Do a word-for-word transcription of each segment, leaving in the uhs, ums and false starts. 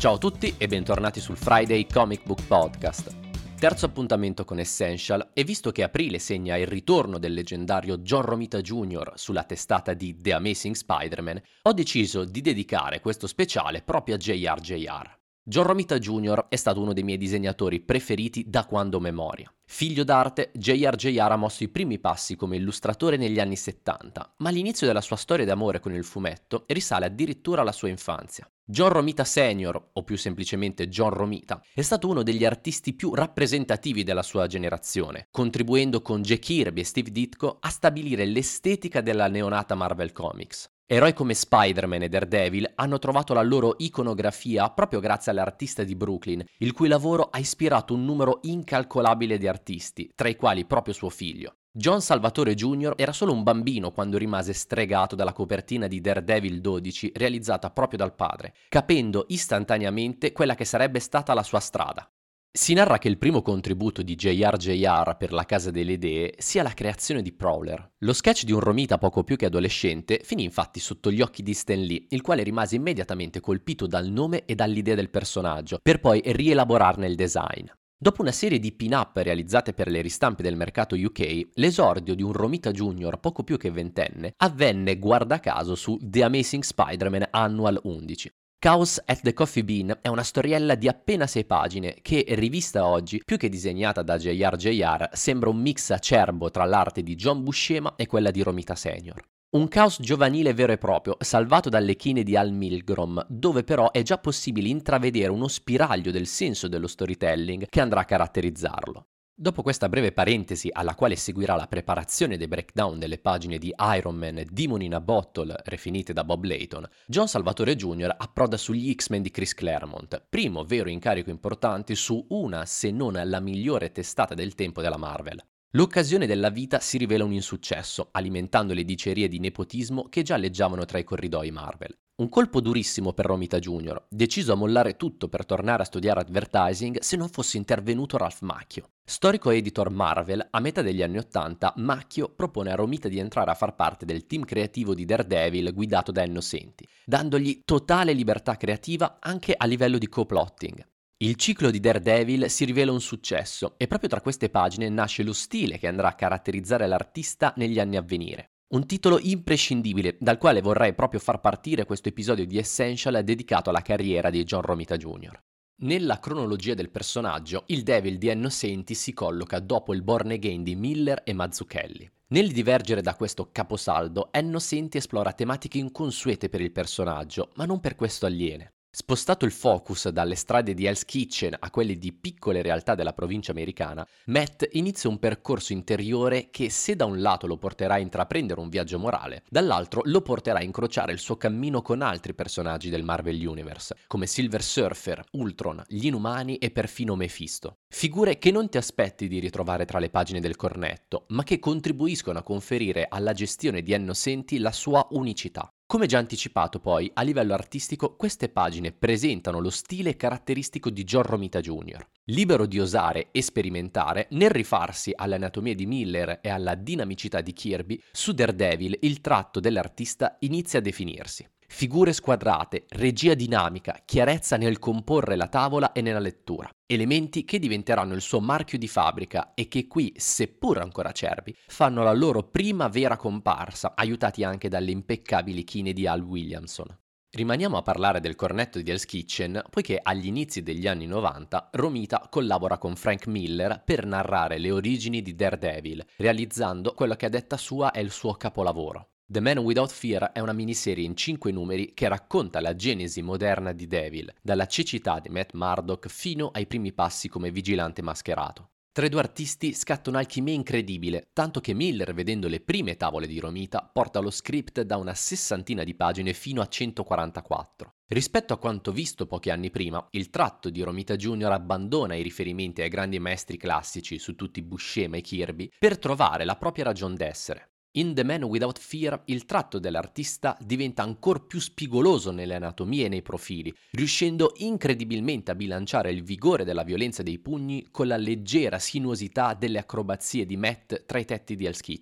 Ciao a tutti e bentornati sul Friday Comic Book Podcast. Terzo appuntamento con Essential, e visto che aprile segna il ritorno del leggendario John Romita Junior sulla testata di The Amazing Spider-Man, ho deciso di dedicare questo speciale proprio a J R J R. John Romita Junior è stato uno dei miei disegnatori preferiti da quando ho memoria. Figlio d'arte, J R J R ha mosso i primi passi come illustratore negli anni settanta, ma l'inizio della sua storia d'amore con il fumetto risale addirittura alla sua infanzia. John Romita Senior, o più semplicemente John Romita, è stato uno degli artisti più rappresentativi della sua generazione, contribuendo con Jack Kirby e Steve Ditko a stabilire l'estetica della neonata Marvel Comics. Eroi come Spider-Man e Daredevil hanno trovato la loro iconografia proprio grazie all'artista di Brooklyn, il cui lavoro ha ispirato un numero incalcolabile di artisti, tra i quali proprio suo figlio. John Salvatore Junior era solo un bambino quando rimase stregato dalla copertina di Daredevil dodici realizzata proprio dal padre, capendo istantaneamente quella che sarebbe stata la sua strada. Si narra che il primo contributo di J R J R per la Casa delle Idee sia la creazione di Prowler. Lo sketch di un Romita poco più che adolescente finì infatti sotto gli occhi di Stan Lee, il quale rimase immediatamente colpito dal nome e dall'idea del personaggio, per poi rielaborarne il design. Dopo una serie di pin-up realizzate per le ristampe del mercato U K, l'esordio di un Romita Junior poco più che ventenne avvenne guarda caso su The Amazing Spider-Man Annual undici. Chaos at the Coffee Bean è una storiella di appena sei pagine che, rivista oggi, più che disegnata da J R J R, sembra un mix acerbo tra l'arte di John Buscema e quella di Romita Senior. Un caos giovanile vero e proprio, salvato dalle chine di Al Milgrom, dove però è già possibile intravedere uno spiraglio del senso dello storytelling che andrà a caratterizzarlo. Dopo questa breve parentesi, alla quale seguirà la preparazione dei breakdown delle pagine di Iron Man e Demon in a Bottle, rifinite da Bob Layton, John Salvatore Junior approda sugli X-Men di Chris Claremont, primo vero incarico importante su una, se non la migliore testata del tempo della Marvel. L'occasione della vita si rivela un insuccesso, alimentando le dicerie di nepotismo che già alleggiavano tra i corridoi Marvel. Un colpo durissimo per Romita Junior, deciso a mollare tutto per tornare a studiare advertising se non fosse intervenuto Ralph Macchio. Storico editor Marvel, a metà degli anni Ottanta, Macchio propone a Romita di entrare a far parte del team creativo di Daredevil guidato da Enno Senti, dandogli totale libertà creativa anche a livello di co-plotting. Il ciclo di Daredevil si rivela un successo e proprio tra queste pagine nasce lo stile che andrà a caratterizzare l'artista negli anni a venire. Un titolo imprescindibile dal quale vorrei proprio far partire questo episodio di Essential dedicato alla carriera di John Romita Junior Nella cronologia del personaggio, il Devil di Enno Senti si colloca dopo il Born Again di Miller e Mazzucchelli. Nel divergere da questo caposaldo, Enno Senti esplora tematiche inconsuete per il personaggio, ma non per questo aliene. Spostato il focus dalle strade di Hell's Kitchen a quelle di piccole realtà della provincia americana, Matt inizia un percorso interiore che, se da un lato lo porterà a intraprendere un viaggio morale, dall'altro lo porterà a incrociare il suo cammino con altri personaggi del Marvel Universe, come Silver Surfer, Ultron, gli Inumani e perfino Mephisto. Figure che non ti aspetti di ritrovare tra le pagine del cornetto, ma che contribuiscono a conferire alla gestione di Enno Senti la sua unicità. Come già anticipato poi, a livello artistico, queste pagine presentano lo stile caratteristico di John Romita Junior Libero di osare e sperimentare, nel rifarsi alle anatomie di Miller e alla dinamicità di Kirby, su Daredevil il tratto dell'artista inizia a definirsi. Figure squadrate, regia dinamica, chiarezza nel comporre la tavola e nella lettura. Elementi che diventeranno il suo marchio di fabbrica e che qui, seppur ancora acerbi, fanno la loro prima vera comparsa, aiutati anche dalle impeccabili chine di Al Williamson. Rimaniamo a parlare del cornetto di Hell's Kitchen, poiché agli inizi degli anni novanta Romita collabora con Frank Miller per narrare le origini di Daredevil, realizzando quello che a detta sua è il suo capolavoro. The Man Without Fear è una miniserie in cinque numeri che racconta la genesi moderna di Devil, dalla cecità di Matt Murdock fino ai primi passi come vigilante mascherato. Tra i due artisti scatta un'alchimia incredibile, tanto che Miller, vedendo le prime tavole di Romita, porta lo script da una sessantina di pagine fino a centoquarantaquattro. Rispetto a quanto visto pochi anni prima, il tratto di Romita Junior abbandona i riferimenti ai grandi maestri classici su tutti Buscema e Kirby per trovare la propria ragion d'essere. In The Man Without Fear il tratto dell'artista diventa ancor più spigoloso nelle anatomie e nei profili, riuscendo incredibilmente a bilanciare il vigore della violenza dei pugni con la leggera sinuosità delle acrobazie di Matt tra i tetti di Hell's Kitchen.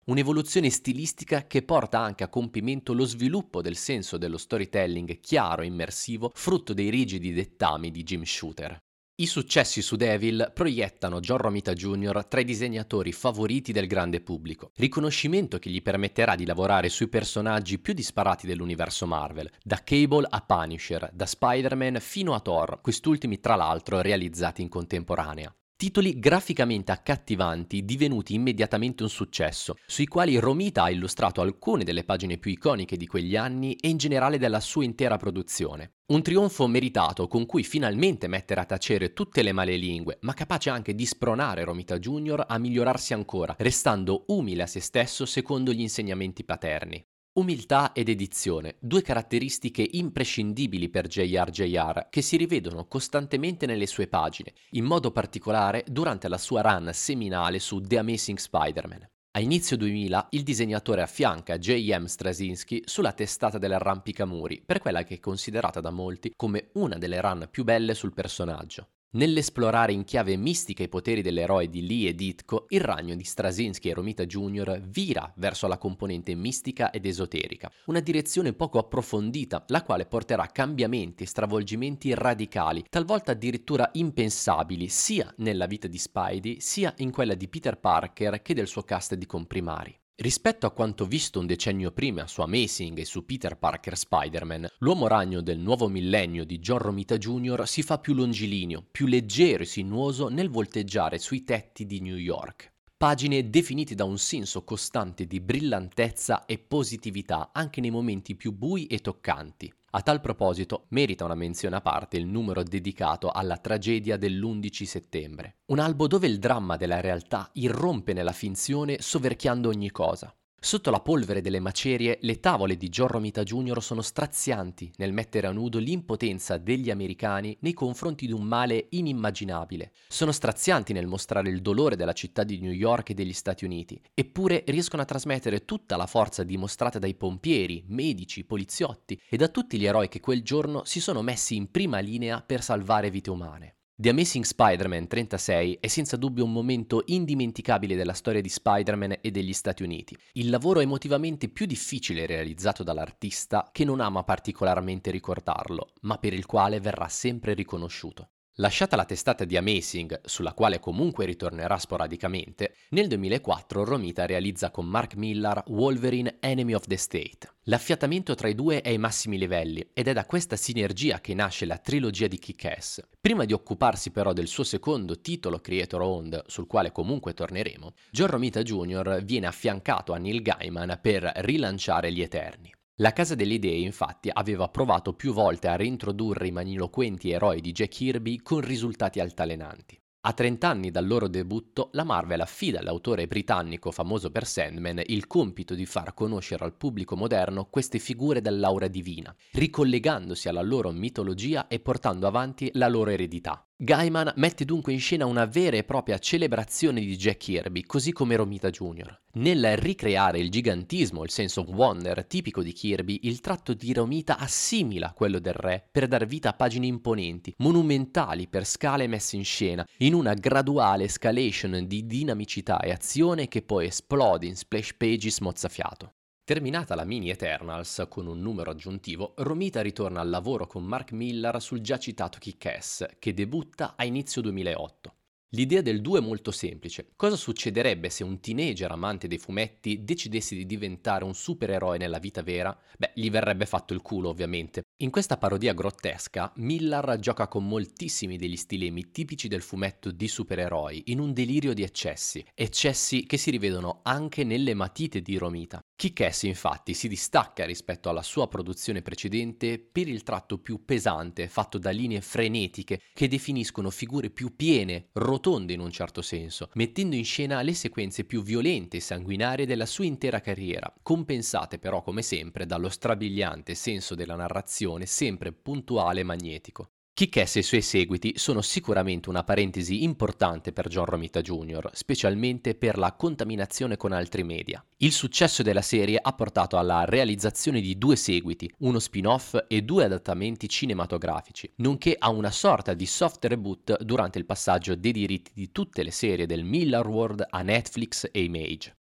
Un'evoluzione stilistica che porta anche a compimento lo sviluppo del senso dello storytelling chiaro e immersivo, frutto dei rigidi dettami di Jim Shooter. I successi su Devil proiettano John Romita Junior tra i disegnatori favoriti del grande pubblico, riconoscimento che gli permetterà di lavorare sui personaggi più disparati dell'universo Marvel, da Cable a Punisher, da Spider-Man fino a Thor, quest'ultimi tra l'altro realizzati in contemporanea. Titoli graficamente accattivanti divenuti immediatamente un successo, sui quali Romita ha illustrato alcune delle pagine più iconiche di quegli anni e in generale della sua intera produzione. Un trionfo meritato con cui finalmente mettere a tacere tutte le malelingue, ma capace anche di spronare Romita Junior a migliorarsi ancora, restando umile a se stesso secondo gli insegnamenti paterni. Umiltà ed edizione, due caratteristiche imprescindibili per J R J R che si rivedono costantemente nelle sue pagine, in modo particolare durante la sua run seminale su The Amazing Spider-Man. A inizio duemila il disegnatore affianca J M Straczynski sulla testata dell'arrampicamuri per quella che è considerata da molti come una delle run più belle sul personaggio. Nell'esplorare in chiave mistica i poteri dell'eroe di Lee e Ditko, il ragno di Straczynski e Romita Junior vira verso la componente mistica ed esoterica, una direzione poco approfondita, la quale porterà cambiamenti e stravolgimenti radicali, talvolta addirittura impensabili, sia nella vita di Spidey, sia in quella di Peter Parker che del suo cast di comprimari. Rispetto a quanto visto un decennio prima su Amazing e su Peter Parker Spider-Man, l'uomo ragno del nuovo millennio di John Romita Junior si fa più longilineo, più leggero e sinuoso nel volteggiare sui tetti di New York. Pagine definite da un senso costante di brillantezza e positività anche nei momenti più bui e toccanti. A tal proposito merita una menzione a parte il numero dedicato alla tragedia dell'undici settembre, un albo dove il dramma della realtà irrompe nella finzione soverchiando ogni cosa. Sotto la polvere delle macerie, le tavole di John Romita Junior sono strazianti nel mettere a nudo l'impotenza degli americani nei confronti di un male inimmaginabile. Sono strazianti nel mostrare il dolore della città di New York e degli Stati Uniti, eppure riescono a trasmettere tutta la forza dimostrata dai pompieri, medici, poliziotti e da tutti gli eroi che quel giorno si sono messi in prima linea per salvare vite umane. The Amazing Spider-Man trentasei è senza dubbio un momento indimenticabile della storia di Spider-Man e degli Stati Uniti, il lavoro emotivamente più difficile realizzato dall'artista che non ama particolarmente ricordarlo, ma per il quale verrà sempre riconosciuto. Lasciata la testata di Amazing, sulla quale comunque ritornerà sporadicamente, nel duemilaquattro Romita realizza con Mark Millar Wolverine Enemy of the State. L'affiatamento tra i due è ai massimi livelli ed è da questa sinergia che nasce la trilogia di Kick-Ass. Prima di occuparsi però del suo secondo titolo Creator Owned, sul quale comunque torneremo, John Romita Junior viene affiancato a Neil Gaiman per rilanciare gli Eterni. La Casa delle Idee, infatti, aveva provato più volte a reintrodurre i magniloquenti eroi di Jack Kirby con risultati altalenanti. A trenta anni dal loro debutto, la Marvel affida all'autore britannico famoso per Sandman il compito di far conoscere al pubblico moderno queste figure dall'aura divina, ricollegandosi alla loro mitologia e portando avanti la loro eredità. Gaiman mette dunque in scena una vera e propria celebrazione di Jack Kirby, così come Romita Junior Nel ricreare il gigantismo, il sense of wonder tipico di Kirby, il tratto di Romita assimila quello del re per dar vita a pagine imponenti, monumentali per scale messe in scena, in una graduale escalation di dinamicità e azione che poi esplode in splash pages mozzafiato. Terminata la mini Eternals con un numero aggiuntivo, Romita ritorna al lavoro con Mark Millar sul già citato Kick-Ass, che debutta a inizio duemilaotto. L'idea del duo è molto semplice. Cosa succederebbe se un teenager amante dei fumetti decidesse di diventare un supereroe nella vita vera? Beh, gli verrebbe fatto il culo, ovviamente. In questa parodia grottesca, Millar gioca con moltissimi degli stilemi tipici del fumetto di supereroi, in un delirio di eccessi, eccessi che si rivedono anche nelle matite di Romita. Kick-Ass infatti si distacca rispetto alla sua produzione precedente per il tratto più pesante, fatto da linee frenetiche che definiscono figure più piene, rotonde in un certo senso, mettendo in scena le sequenze più violente e sanguinarie della sua intera carriera, compensate però come sempre dallo strabiliante senso della narrazione sempre puntuale e magnetico. Kick-Ass e i suoi seguiti sono sicuramente una parentesi importante per John Romita Junior, specialmente per la contaminazione con altri media. Il successo della serie ha portato alla realizzazione di due seguiti, uno spin-off e due adattamenti cinematografici, nonché a una sorta di soft reboot durante il passaggio dei diritti di tutte le serie del Millar World a Netflix e Image.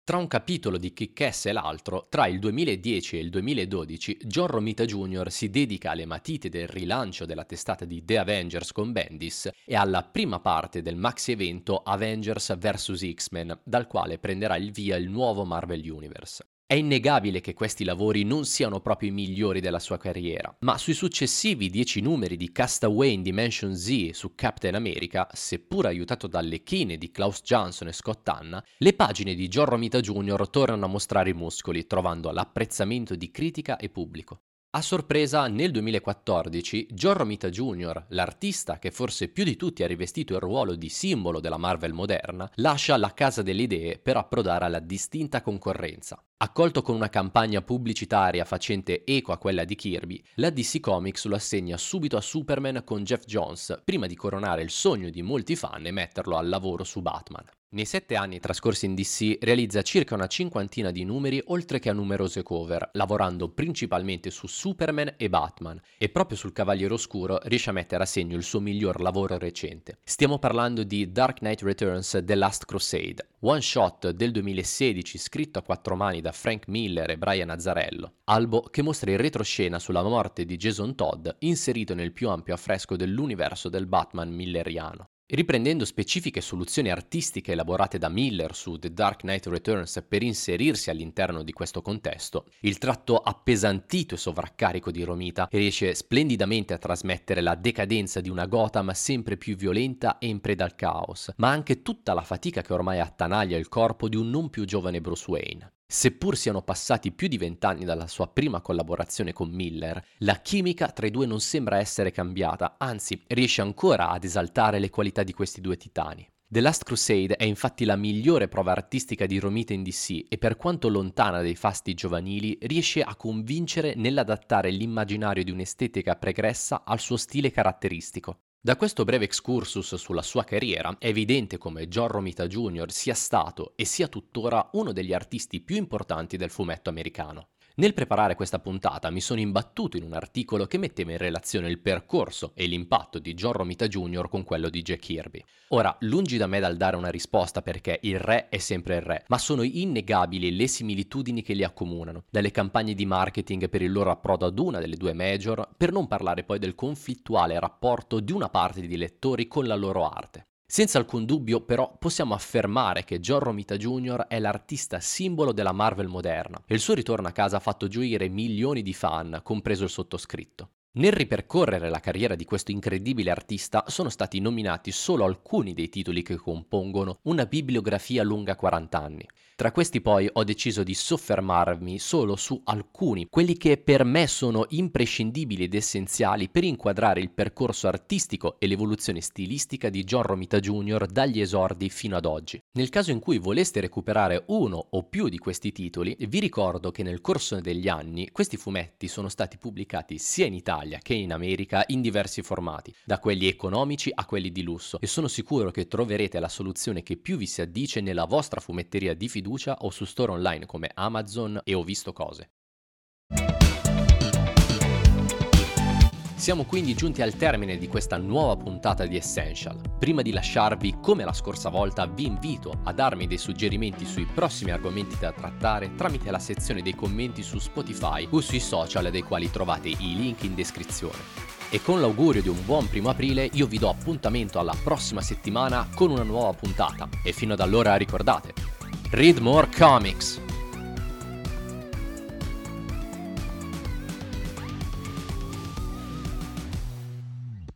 Tra un capitolo di Kick-Ass e l'altro, tra il duemiladieci e il duemiladodici, John Romita Junior si dedica alle matite del rilancio della testata di The Avengers con Bendis e alla prima parte del maxi evento Avengers versus X-Men, dal quale prenderà il via il nuovo Marvel Universe. È innegabile che questi lavori non siano proprio i migliori della sua carriera, ma sui successivi dieci numeri di Castaway in Dimension Z su Captain America, seppur aiutato dalle chine di Klaus Jansson e Scott Hanna, le pagine di John Romita Junior tornano a mostrare i muscoli, trovando l'apprezzamento di critica e pubblico. A sorpresa, nel duemilaquattordici, John Romita Junior, l'artista che forse più di tutti ha rivestito il ruolo di simbolo della Marvel moderna, lascia la casa delle idee per approdare alla distinta concorrenza. Accolto con una campagna pubblicitaria facente eco a quella di Kirby, la D C Comics lo assegna subito a Superman con Geoff Johns, prima di coronare il sogno di molti fan e metterlo al lavoro su Batman. Nei sette anni trascorsi in D C realizza circa una cinquantina di numeri oltre che a numerose cover, lavorando principalmente su Superman e Batman, e proprio sul Cavaliere Oscuro riesce a mettere a segno il suo miglior lavoro recente. Stiamo parlando di Dark Knight Returns The Last Crusade, one shot del duemilasedici scritto a quattro mani da Frank Miller e Brian Azzarello, albo che mostra il retroscena sulla morte di Jason Todd inserito nel più ampio affresco dell'universo del Batman milleriano. Riprendendo specifiche soluzioni artistiche elaborate da Miller su The Dark Knight Returns per inserirsi all'interno di questo contesto, il tratto appesantito e sovraccarico di Romita riesce splendidamente a trasmettere la decadenza di una Gotham sempre più violenta e in preda al caos, ma anche tutta la fatica che ormai attanaglia il corpo di un non più giovane Bruce Wayne. Seppur siano passati più di vent'anni dalla sua prima collaborazione con Miller, la chimica tra i due non sembra essere cambiata, anzi riesce ancora ad esaltare le qualità di questi due titani. The Last Crusade è infatti la migliore prova artistica di Romita in D C e per quanto lontana dai fasti giovanili riesce a convincere nell'adattare l'immaginario di un'estetica pregressa al suo stile caratteristico. Da questo breve excursus sulla sua carriera è evidente come John Romita Junior sia stato e sia tuttora uno degli artisti più importanti del fumetto americano. Nel preparare questa puntata mi sono imbattuto in un articolo che metteva in relazione il percorso e l'impatto di John Romita Junior con quello di Jack Kirby. Ora, lungi da me dal dare una risposta perché il re è sempre il re, ma sono innegabili le similitudini che li accomunano, dalle campagne di marketing per il loro approdo ad una delle due major, per non parlare poi del conflittuale rapporto di una parte di lettori con la loro arte. Senza alcun dubbio, però, possiamo affermare che John Romita Junior è l'artista simbolo della Marvel moderna e il suo ritorno a casa ha fatto gioire milioni di fan, compreso il sottoscritto. Nel ripercorrere la carriera di questo incredibile artista sono stati nominati solo alcuni dei titoli che compongono una bibliografia lunga quaranta anni. Tra questi poi ho deciso di soffermarmi solo su alcuni, quelli che per me sono imprescindibili ed essenziali per inquadrare il percorso artistico e l'evoluzione stilistica di John Romita Junior dagli esordi fino ad oggi. Nel caso in cui voleste recuperare uno o più di questi titoli, vi ricordo che nel corso degli anni questi fumetti sono stati pubblicati sia in Italia che in America in diversi formati, da quelli economici a quelli di lusso, e sono sicuro che troverete la soluzione che più vi si addice nella vostra fumetteria di fiducia o su store online come Amazon e Ho Visto Cose. Siamo quindi giunti al termine di questa nuova puntata di Essential. Prima di lasciarvi, come la scorsa volta, vi invito a darmi dei suggerimenti sui prossimi argomenti da trattare tramite la sezione dei commenti su Spotify o sui social dei quali trovate i link in descrizione. E con l'augurio di un buon primo aprile io vi do appuntamento alla prossima settimana con una nuova puntata. E fino ad allora ricordate, read more comics!